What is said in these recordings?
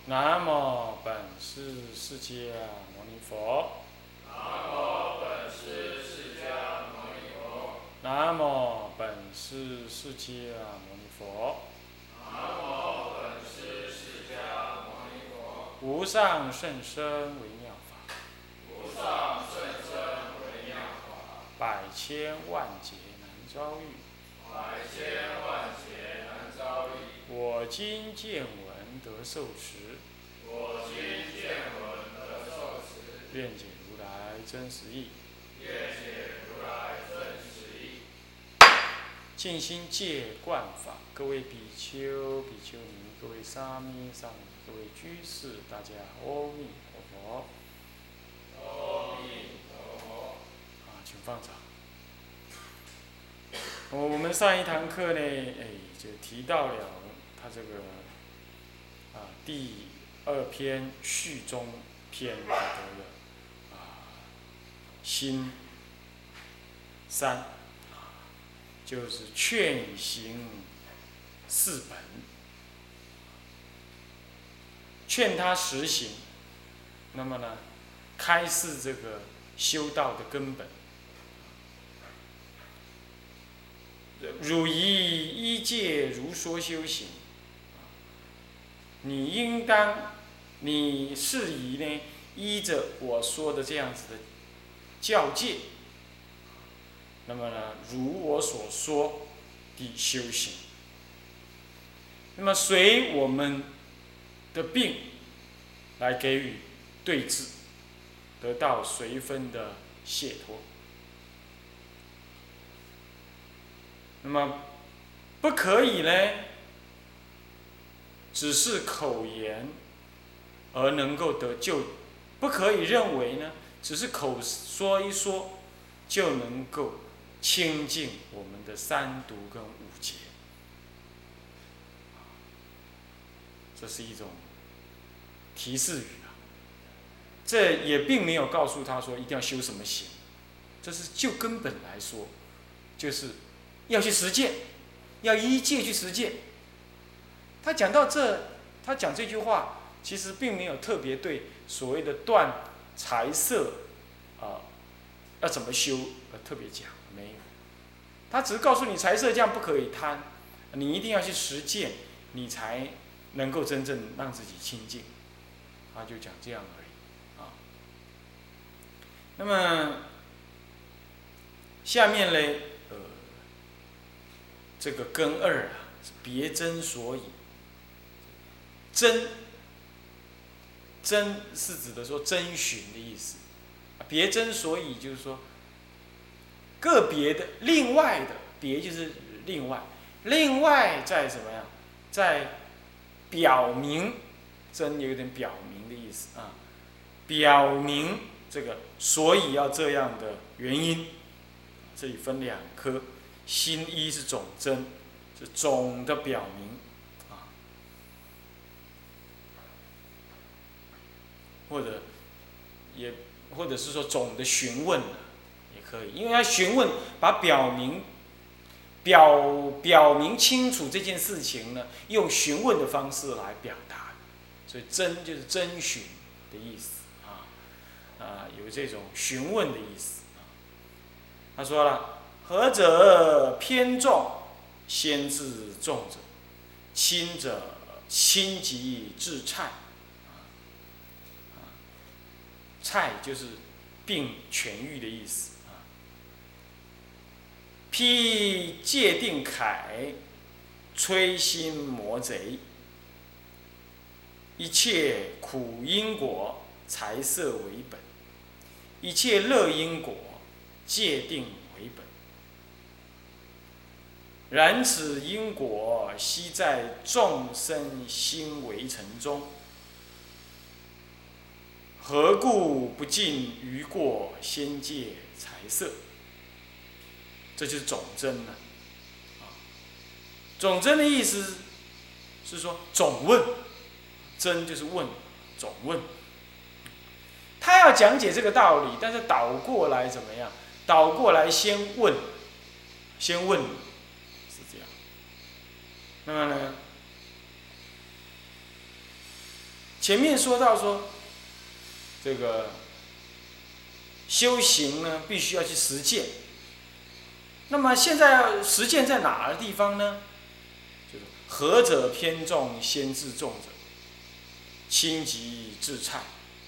南无本师释迦牟尼佛。 南无本师释迦牟尼佛。 南无本师释迦牟尼佛。 南无本师释迦牟尼佛。 无上甚深微妙法， 无上甚深微妙法， 百千万劫难遭遇。 百千万劫难遭遇。 我今见闻得受持， 我今见闻得受持， 愿解如来真实义。 愿解如来真实义。 尽心戒观法，各位比丘、比丘尼，各位沙弥、沙弥，各位居士，大家阿弥陀佛。 阿弥陀佛。 请放掌。我们上一堂课呢，就提到了他这个第二篇序中篇里头的心三，就是劝行四本，劝他实行，那么呢，开示这个修道的根本。汝宜依戒如说修行，你应当，你适宜呢，依着我说的这样子的教戒，那么呢，如我所说的修行，那么随我们的病来给予对治，得到随分的解脱。那么不可以呢，只是口言而能够得救，不可以认为呢，只是口说一说就能够清净我们的三毒跟五劫。这是一种提示语啊，这也并没有告诉他说一定要修什么行，这是就根本来说，就是要去实践，要依戒去实践。他讲到这，他讲这句话，其实并没有特别对所谓的断财色要怎么修特别讲，没有。他只是告诉你财色这样不可以贪，你一定要去实践，你才能够真正让自己清净。他就讲这样而已啊。那么下面呢？这个根二啊，是别真所以。真是指的说征询的意思，别真所以就是说个别的、另外的，别就是另外，另外在怎么样，在表明，真有点表明的意思啊，表明这个所以要这样的原因。这里分两科。心一是总真，是总的表明，或者是说总的询问也可以，因为他询问把表明清楚这件事情呢，用询问的方式来表达，所以真就是征询的意思有这种询问的意思他说了。何者偏重，先治重者；轻者轻即治菜。菜就是病痊愈的意思披戒定铠，摧心魔贼。一切苦因果，财色为本；一切乐因果，戒定为本。然此因果，悉在众生心为尘中，何故不尽于过先戒财色？这就是总真了。总真的意思是说总问，真就是问，总问。他要讲解这个道理，但是倒过来怎么样？倒过来先问你。那么呢， 前面说到说，这个修行呢，必须要去实践。那么现在要实践在哪个地方呢？就是合者偏重，先自重者，轻即自蔡。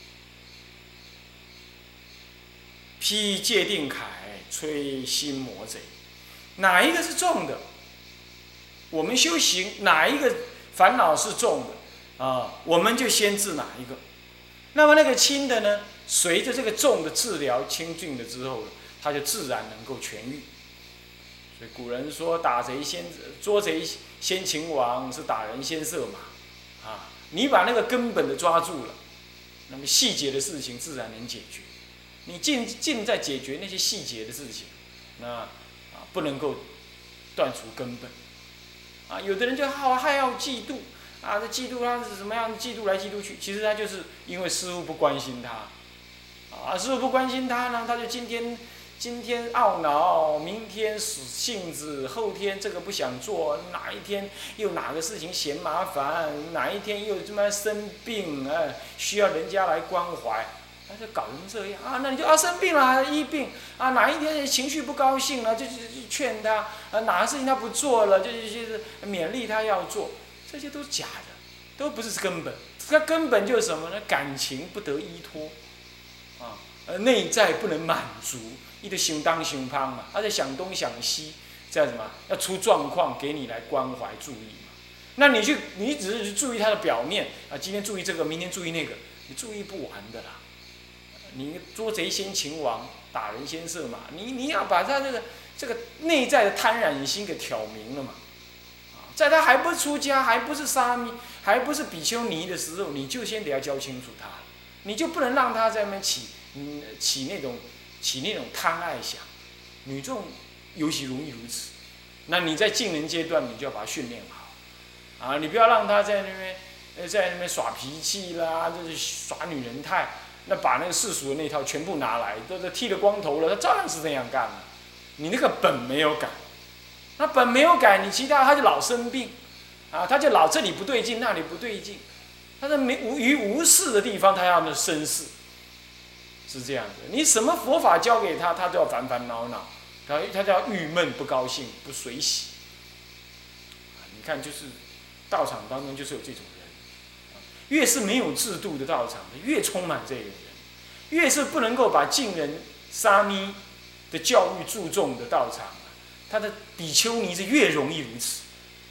披戒定铠，摧心魔贼。哪一个是重的？我们修行哪一个烦恼是重的啊？我们就先治哪一个。那么那个轻的呢？随着这个重的治疗清净了之后，它就自然能够痊愈。所以古人说捉贼先擒王，是打人先射马啊！你把那个根本的抓住了，那么细节的事情自然能解决。你尽在解决那些细节的事情，那不能够断除根本。有的人就还要嫉妒这嫉妒他是什么样？嫉妒来嫉妒去，其实他就是因为师父不关心他，师父不关心他呢，他就今天懊恼，明天死性子，后天这个不想做，哪一天又哪个事情嫌麻烦，哪一天又这么生病需要人家来关怀。他就搞成这样那你就生病了医病哪一天情绪不高兴了就劝他哪个事情他不做了就是勉励他要做，这些都是假的，都不是根本。它根本就是什么呢？感情不得依托内在不能满足，一直想当想胖嘛，在想东想西，这样什么要出状况给你来关怀注意嘛。那你只是去注意他的表面今天注意这个，明天注意那个，你注意不完的啦。你捉贼先擒王，打人先射马，你要把他这个内在的贪婪心给挑明了嘛。在他还不出家，还不是沙弥，还不是比丘尼的时候，你就先得要教清楚他，你就不能让他在那边起那种贪爱想，女众尤其容易如此。那你在敬人阶段，你就要把他训练好你不要让他在那边耍脾气啦，就是耍女人态。那把那个世俗的那套全部拿来，都剃了光头了，他照样是这样干的。你那个本没有改，那本没有改，你其他他就老生病他就老这里不对劲，那里不对劲，他在无事的地方，他要那生事，是这样的。你什么佛法教给他，他都要烦烦恼恼，他就要郁闷不高兴不随喜。你看，就是道场当中就是有这种人。越是没有制度的道场，越充满这个人；越是不能够把敬人、沙弥的教育注重的道场，他的比丘尼是越容易如此，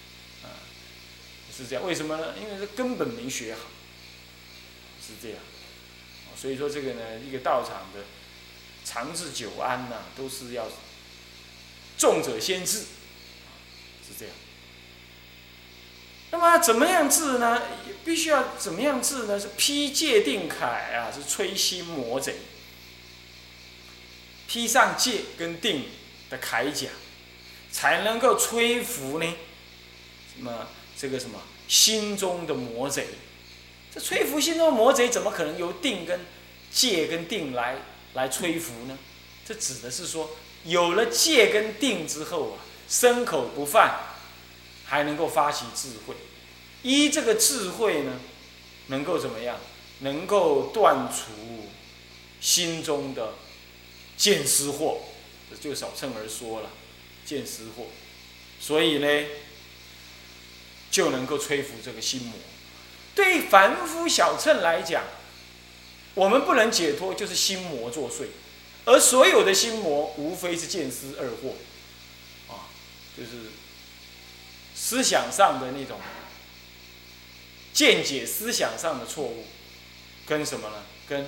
是这样。为什么呢？因为这根本没学好，是这样。所以说这个呢，一个道场的长治久安都是要重者先治，是这样。那么怎么样治呢？必须要怎么样治呢？是披戒定铠是摧心魔贼。披上戒跟定的铠甲，才能够摧伏呢这个心中的魔贼。这摧伏心中的魔贼，怎么可能由定跟戒跟定来摧伏呢？这指的是说，有了戒跟定之后身口不犯，还能够发起智慧。依这个智慧呢，能够怎么样？能够断除心中的见思惑，这就小乘而说了，见思惑。所以呢，就能够摧伏这个心魔。对凡夫小乘来讲，我们不能解脱，就是心魔作祟，而所有的心魔，无非是见思二惑，就是思想上的那种见解、思想上的错误，跟什么呢？跟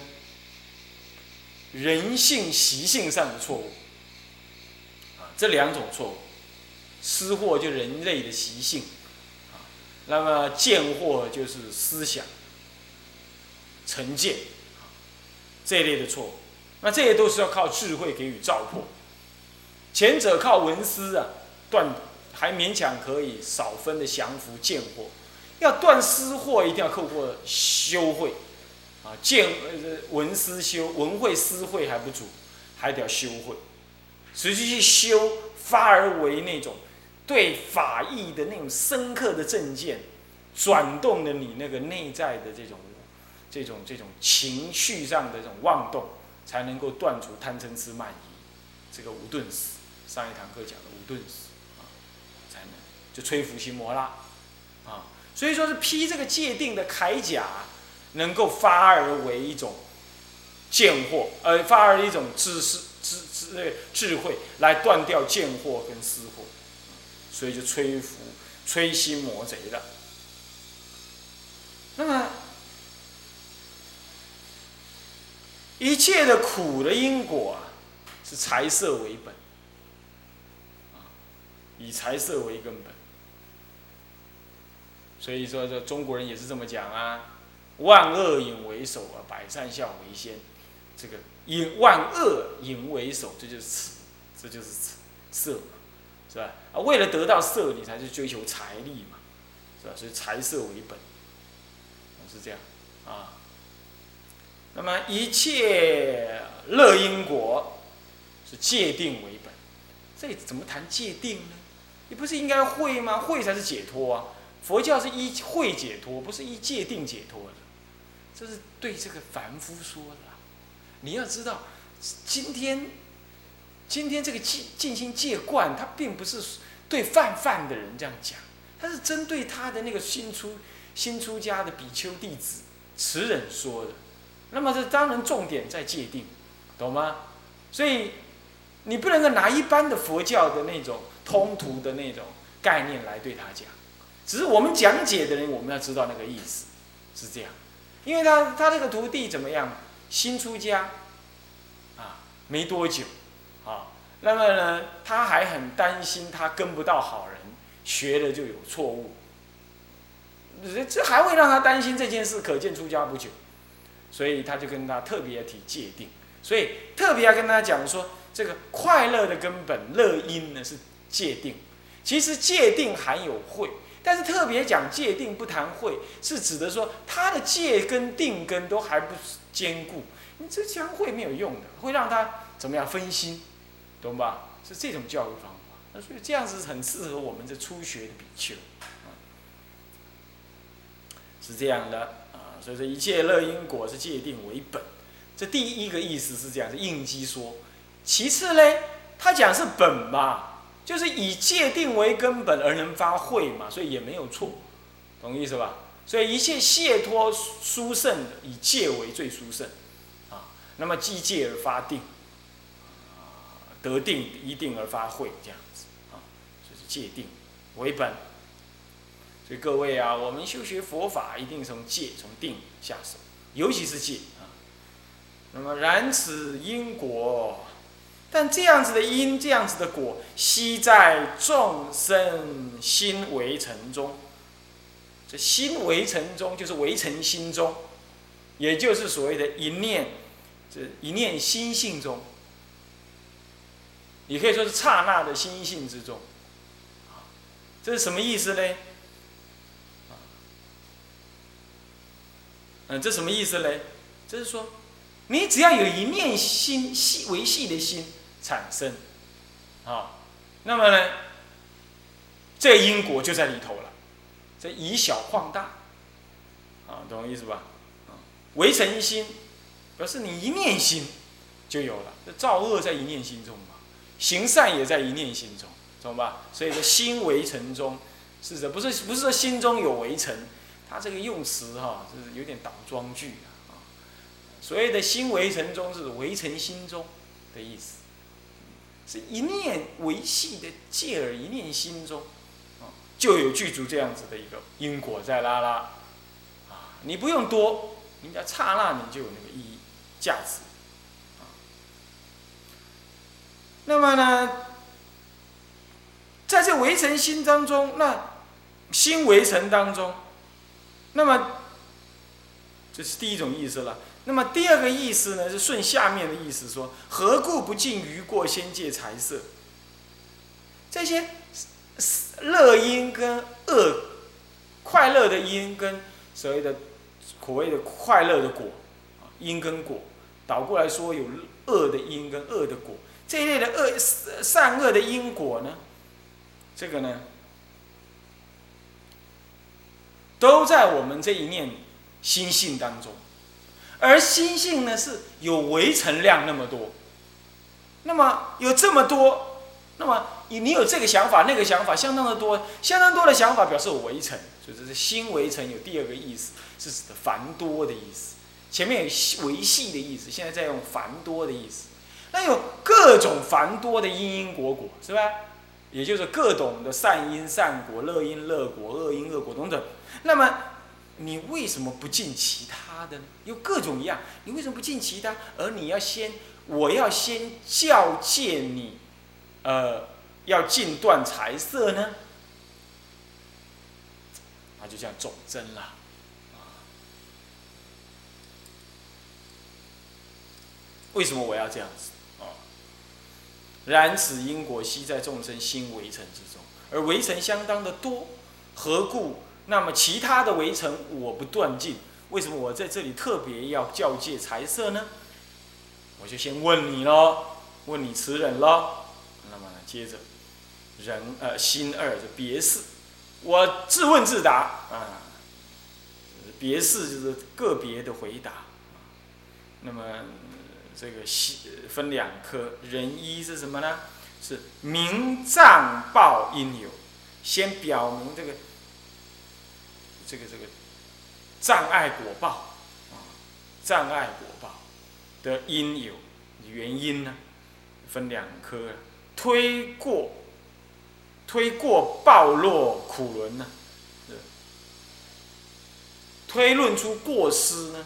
人性习性上的错误，这两种错误。思惑就人类的习性，那么见惑就是思想、成见，这一类的错误。那这些都是要靠智慧给予照破。前者靠闻思还勉强可以少分的降服见惑，要断思惑，一定要透过修慧闻思修，闻慧思慧还不足，还得要修慧，实际去修，发而为那种对法义的那种深刻的正见，转动了你那个内在的这种这种情绪上的这种妄动，才能够断除贪嗔痴慢疑，这个无顿死，上一堂课讲的无顿死啊，才能就摧伏心魔啦啊。所以说是披这个戒定的铠甲，能够发而为一种见惑，发而一种智慧来断掉见惑跟思惑，所以就摧心魔贼了。那么一切的苦的因果啊，是财色为本，以财色为根本。所以说，这中国人也是这么讲啊，万恶淫为首啊，百善孝为先。这个万恶淫为首，这就是色嘛，是吧？啊，为了得到色，你才去追求财力嘛，是吧？所以财色为本，是这样啊。那么一切乐因果是戒定为本，这怎么谈戒定呢？你不是应该慧吗？慧才是解脱啊！佛教是依慧解脱，不是依戒定解脱的。这是对这个凡夫说的啦。你要知道，今天这个进行戒观，它并不是对泛的人这样讲，它是针对他的那个新出家的比丘弟子持人说的。那么这当然重点在戒定，懂吗？所以你不能够拿一般的佛教的那种通途的那种概念来对他讲，只是我们讲解的人，我们要知道那个意思是这样。因为他这个徒弟怎么样？新出家啊，没多久啊，那么呢，他还很担心他跟不到好人，学了就有错误，这还会让他担心这件事，可见出家不久。所以他就跟他特别提戒定，所以特别要跟他讲说，这个快乐的根本乐因呢是戒定。其实戒定含有慧，但是特别讲戒定不谈慧，是指的说他的戒跟定根都还不坚固，你这讲慧没有用的，会让他怎么样分心，懂吧？是这种教育方法。那所以这样子很适合我们这初学的比丘，是这样的。所以说一切乐因果是戒定为本，这第一个意思是这样，是应机说。其次呢，他讲是本嘛，就是以戒定为根本而能发慧嘛，所以也没有错，懂意思吧？所以一切解脱殊胜的，以戒为最殊胜啊。那么积戒而发定，得定一定而发慧，这样子啊，所以是戒定为本。所以各位啊，我们修学佛法一定从戒、从定下手，尤其是戒啊。那么然此因果，但这样子的因，这样子的果，悉在众生心为尘中。这心为尘中，就是为尘心中，也就是所谓的一念，这一念心性中，也可以说是刹那的心性之中。这是什么意思呢？这什么意思呢？就是说，你只要有一念心维系的心产生，那么呢，这个因果就在里头了。这以小扩大，懂我意思吧？为尘心，表示你一念心就有了。这造恶在一念心中嘛，行善也在一念心中，懂吧？所以说心为尘中，是的，不是说心中有为尘。他这个用词就是有点倒装句啊。所谓的心为尘中，是为尘心中的意思，是一念维系的戒而一念心中，就有具足这样子的一个因果在啦。你不用多，人家刹那你就有那个意义价值。那么呢，在这为尘心当中，那心为尘当中。那么，这是第一种意思了。那么第二个意思呢，是顺下面的意思说：何故不尽余过先戒财色？这些乐因跟恶，快乐的因跟所谓的快乐的果，因跟果，倒过来说有恶的因跟恶的果，这一类的善恶的因果呢，这个呢，都在我们这一念心性当中， 而心性呢是有微尘量那么多，那么有这么多，那么你有这个想法那个想法相当的多，相当多的想法表示有微尘，所以这是心微尘有第二个意思，是指的繁多的意思。前面有维系的意思，现在在用繁多的意思。那有各种繁多的因果果，是吧？也就是各种的善因善果、乐因乐果、恶因恶果等等。那么你为什么不尽其他的呢？有各种一样，你为什么不尽其他？而你要先，我要先教诫你，要尽断财色呢？那就这样总真了。为什么我要这样子？然此因果悉在众生心微尘之中，而微尘相当的多，何故？那么其他的微尘我不断尽，为什么我在这里特别要教诫财色呢？我就先问你咯，问你此人咯。那么接着心二就别事，我自问自答啊。别事就是个别的回答。那么这个分两科，人一是什么呢？是明障报因有，先表明这个障碍果报障碍果报的因有原因呢，分两科，推过报落苦轮呢，推论出过失呢，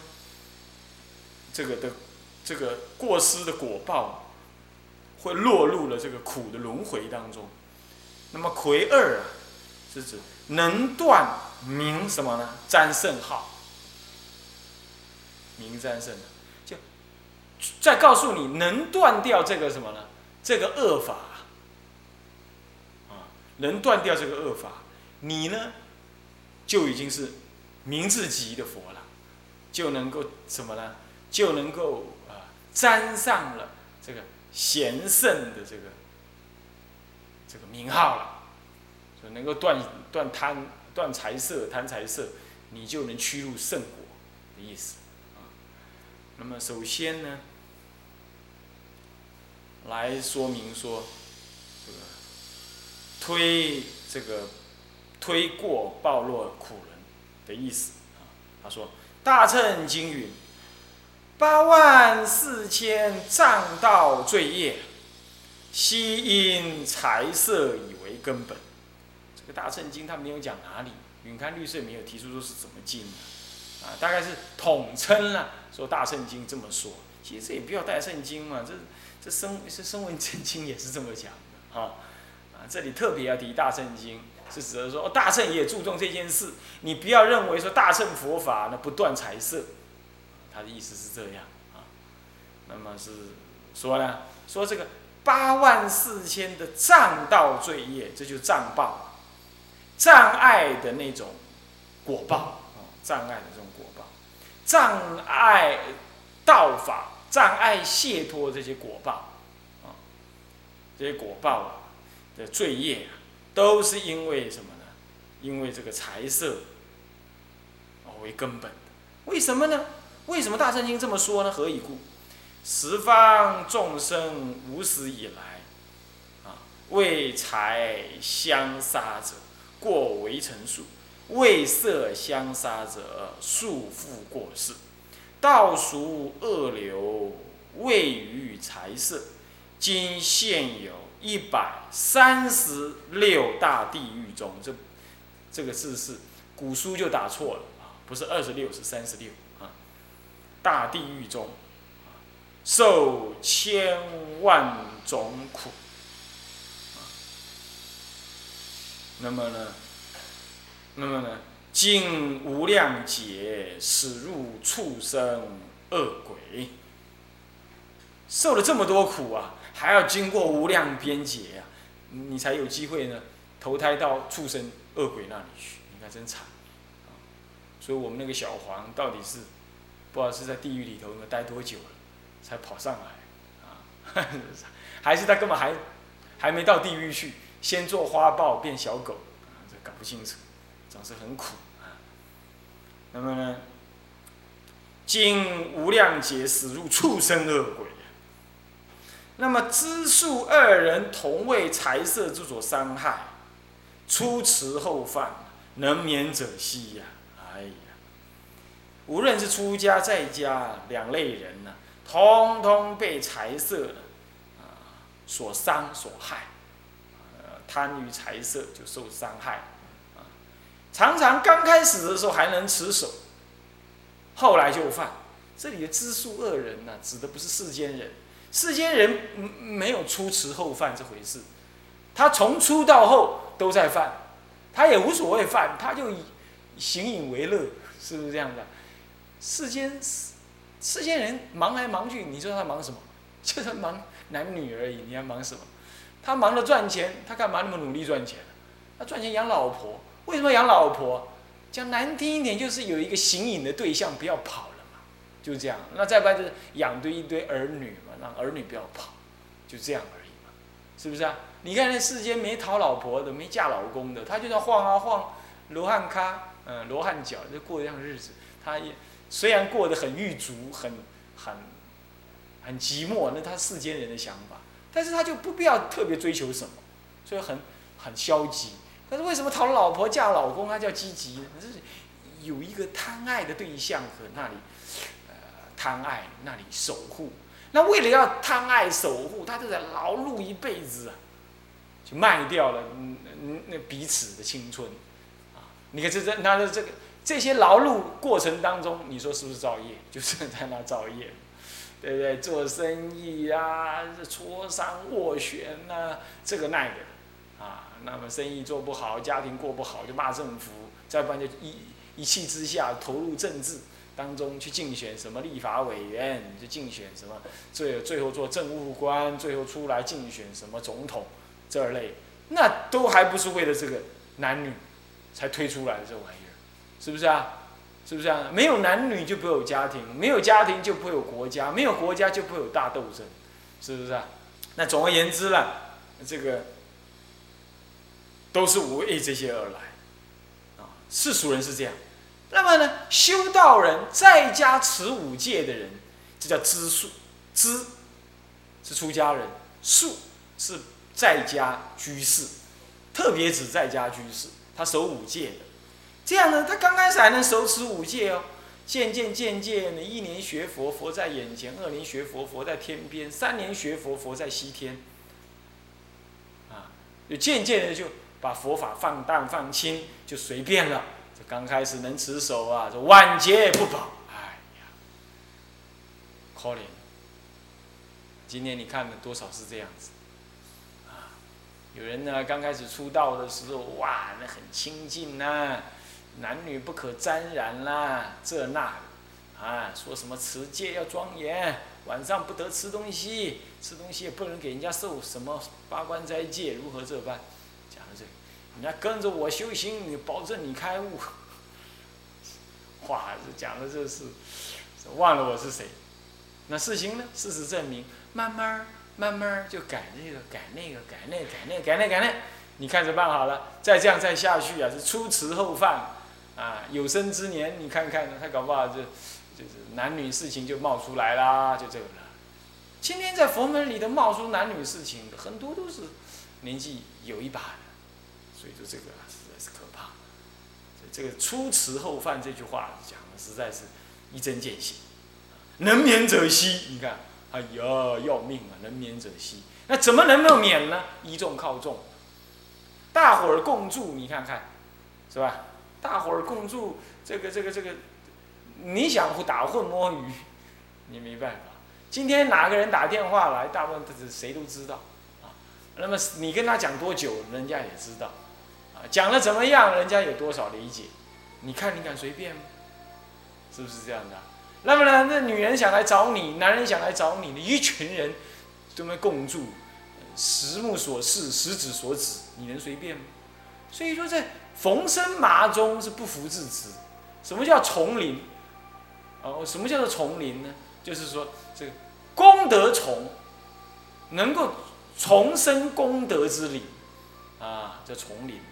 这个过失的果报会落入了这个苦的轮回当中。那么魁二是指能断明什么呢？占圣号，明占圣，就再告诉你能断掉这个什么呢？这个恶法能断掉这个恶法，你呢就已经是明智级的佛了，就能够什么呢？就能够沾上了这个贤圣的这个名号了，所以能够断财色、贪财色，你就能趋入圣果的意思那么首先呢，来说明说推过报落苦轮的意思他说：“大乘经云，84000障道罪业，悉因财色以为根本。”这个大乘经他没有讲哪里，允堪律师没有提出说是怎么经的大概是统称了，说大乘经这么说。其实这也不要大乘经嘛，这声闻真经也是这么讲的这里特别要提大乘经，是指的说大乘也注重这件事，你不要认为说大乘佛法呢不断财色，他的意思是这样那么是说呢，说这个84000的障道罪业，这就是障报，障碍的那种果报障碍的这种果报，障碍道法，障碍解脱这些果报这些果报的罪业都是因为什么呢？因为这个财色为根本的。为什么呢？为什么大乘经这么说呢？何以故？十方众生无始以来为财相杀者，过为成数；为色相杀者，数复过世。道属恶流，位于财色。今现有136大地狱中，这个字是古书就打错了不是26是36大地狱中受千万种苦那么呢，经无量劫，使入畜生恶鬼，受了这么多苦还要经过无量边劫你才有机会呢投胎到畜生恶鬼那里去。你看真惨所以我们那个小黄到底是不知道是在地狱里头有没有待多久了，才跑上来还是他根本还没到地狱去，先做花豹变小狗这搞不清楚，总是很苦那么呢， 经无量劫死入畜生恶鬼。那么知数二人同为财色之所伤害，初持后犯，能免者息呀！哎呀，无论是出家在家两类人呢，通通被财色所伤所害，贪于财色就受伤害。常常刚开始的时候还能持守，后来就犯。这里的知数二人呢，指的不是世间人。世间人没有初持后犯这回事，他从初到后都在犯，他也无所谓犯，他就以行淫为乐，是不是这样的？世间人忙来忙去，你说他忙什么？就是忙男女而已，你还忙什么？他忙着赚钱，他干嘛那么努力赚钱？他赚钱养老婆，为什么养老婆？讲难听一点，就是有一个行淫的对象，不要跑了嘛，就这样。那再不然就是养一堆儿女嘛，让儿女不要跑，就这样而已嘛，是不是啊？你看那世间没讨老婆的，没嫁老公的，他就在晃啊晃，罗汉咖，罗汉脚，就过这样的日子。他也虽然过得很狱卒，很寂寞，那他世间人的想法，但是他就不必要特别追求什么，所以很消极。但是为什么讨了老婆嫁老公他叫积极呢？就是有一个贪爱的对象和那里，贪爱那里守护。那为了要贪爱守护，他就在劳碌一辈子啊，就卖掉了那彼此的青春啊！你看这些劳碌过程当中，你说是不是造业？就是在那造业，对不对？做生意啊，磋商斡旋啊，这个那个的啊。那么生意做不好，家庭过不好，就骂政府；再不然就一气之下投入政治当中去竞选什么立法委员，就竞选什么最后做政务官，最后出来竞选什么总统这类，那都还不是为了这个男女才推出来的这玩意儿，是不是啊？是不是啊？没有男女就不会有家庭，没有家庭就不会有国家，没有国家就不会有大斗争，是不是啊？那总而言之啦，这个都是为这些而来啊。世俗人是这样。那么呢，修道人在家持五戒的人，这叫知数。知是出家人，数是在家居士，特别指在家居士，他守五戒的。这样呢，他刚开始还能手持五戒哦，渐渐呢，1年学佛，佛在眼前；2年学佛，佛在天边；3年学佛，佛在西天。啊，就渐渐的就把佛法放淡放轻，就随便了。这刚开始能持守啊，这晚节不保，哎呀，可怜。今天你看了多少是这样子？啊，有人呢刚开始出道的时候，哇，那很清净呐。男女不可沾染啦，这那的，啊，说什么持戒要庄严，晚上不得吃东西，吃东西也不能给人家受什么八关斋戒，如何这般？讲的这个，人家跟着我修行，你保证你开悟。哇，这讲的这是忘了我是谁。那事情呢？事实证明，慢慢就改这个，改那个，你看着办好了。再这样再下去啊，是初持后犯。啊，有生之年，你看看他搞不好就是男女事情就冒出来啦，就这个了。今天在佛门里的冒出男女事情的很多都是年纪有一把的，所以说这个实在是可怕。所以这个初持后犯这句话讲的实在是一针见血。能免者息，你看，哎呀，要命啊！能免者息，那怎么能够免呢？依众靠众，大伙儿共住，你看看，是吧？大伙儿共住，这个，你想打混摸鱼，你没办法。今天哪个人打电话来，大部分谁都知道，啊，那么你跟他讲多久，人家也知道，啊，讲了怎么样，人家有多少理解？你看你敢随便吗？是不是这样的？那么呢，那女人想来找你，男人想来找你，一群人这么共住，实目所视，实指所指，你能随便吗？所以说在逢生麻中是不服自持。什么叫丛林？什么叫做丛林呢？就是说这个功德丛，能够重生功德之林啊，叫丛林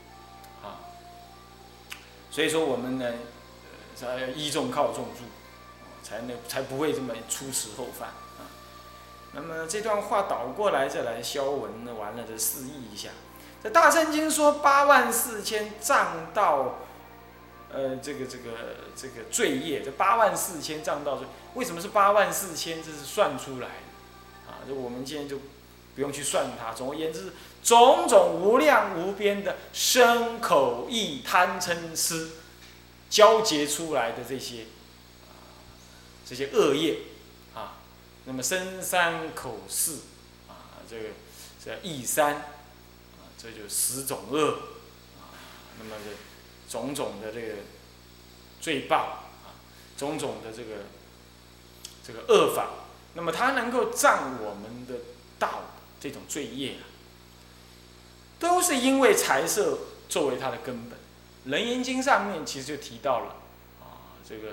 啊。所以说我们呢，要依众靠众住才不会这么出迟后犯啊。那么这段话倒过来再来消文呢，完了就示意一下。这《大乘经》说84000障道，这个罪业，这84000障道罪，为什么是84000？这是算出来的啊。这我们今天就不用去算它。总而言之，种种无量无边的身口意贪嗔痴交结出来的这些恶业啊，那么身三口四啊，这意三啊，这就10种恶啊，那么种种的这个罪报啊，种种的这个恶法，那么它能够障我们的道这种罪业啊，都是因为财色作为它的根本。《楞严经》上面其实就提到了啊，这个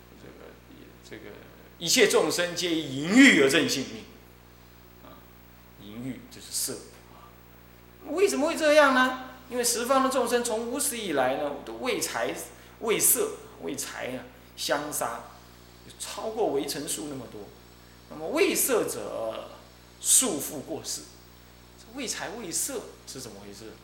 一切众生皆以淫欲而正性命啊，淫欲就是色啊。为什么会这样呢？因为十方的众生从无始以来呢，都为财、为色、为财啊相杀，超过微尘数那么多。那么为色者束缚过世，为财为色是怎么回事？